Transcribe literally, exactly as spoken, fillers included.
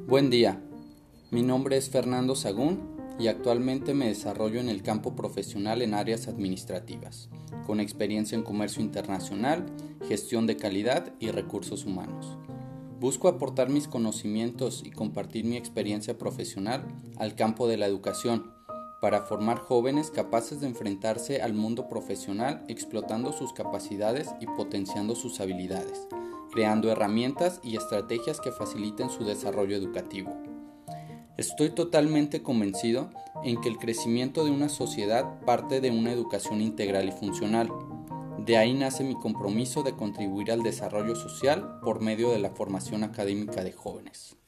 Buen día, mi nombre es Fernando Sagún y actualmente me desarrollo en el campo profesional en áreas administrativas, con experiencia en comercio internacional, gestión de calidad y recursos humanos. Busco aportar mis conocimientos y compartir mi experiencia profesional al campo de la educación, para formar jóvenes capaces de enfrentarse al mundo profesional explotando sus capacidades y potenciando sus habilidades, creando herramientas y estrategias que faciliten su desarrollo educativo. Estoy totalmente convencido en que el crecimiento de una sociedad parte de una educación integral y funcional. De ahí nace mi compromiso de contribuir al desarrollo social por medio de la formación académica de jóvenes.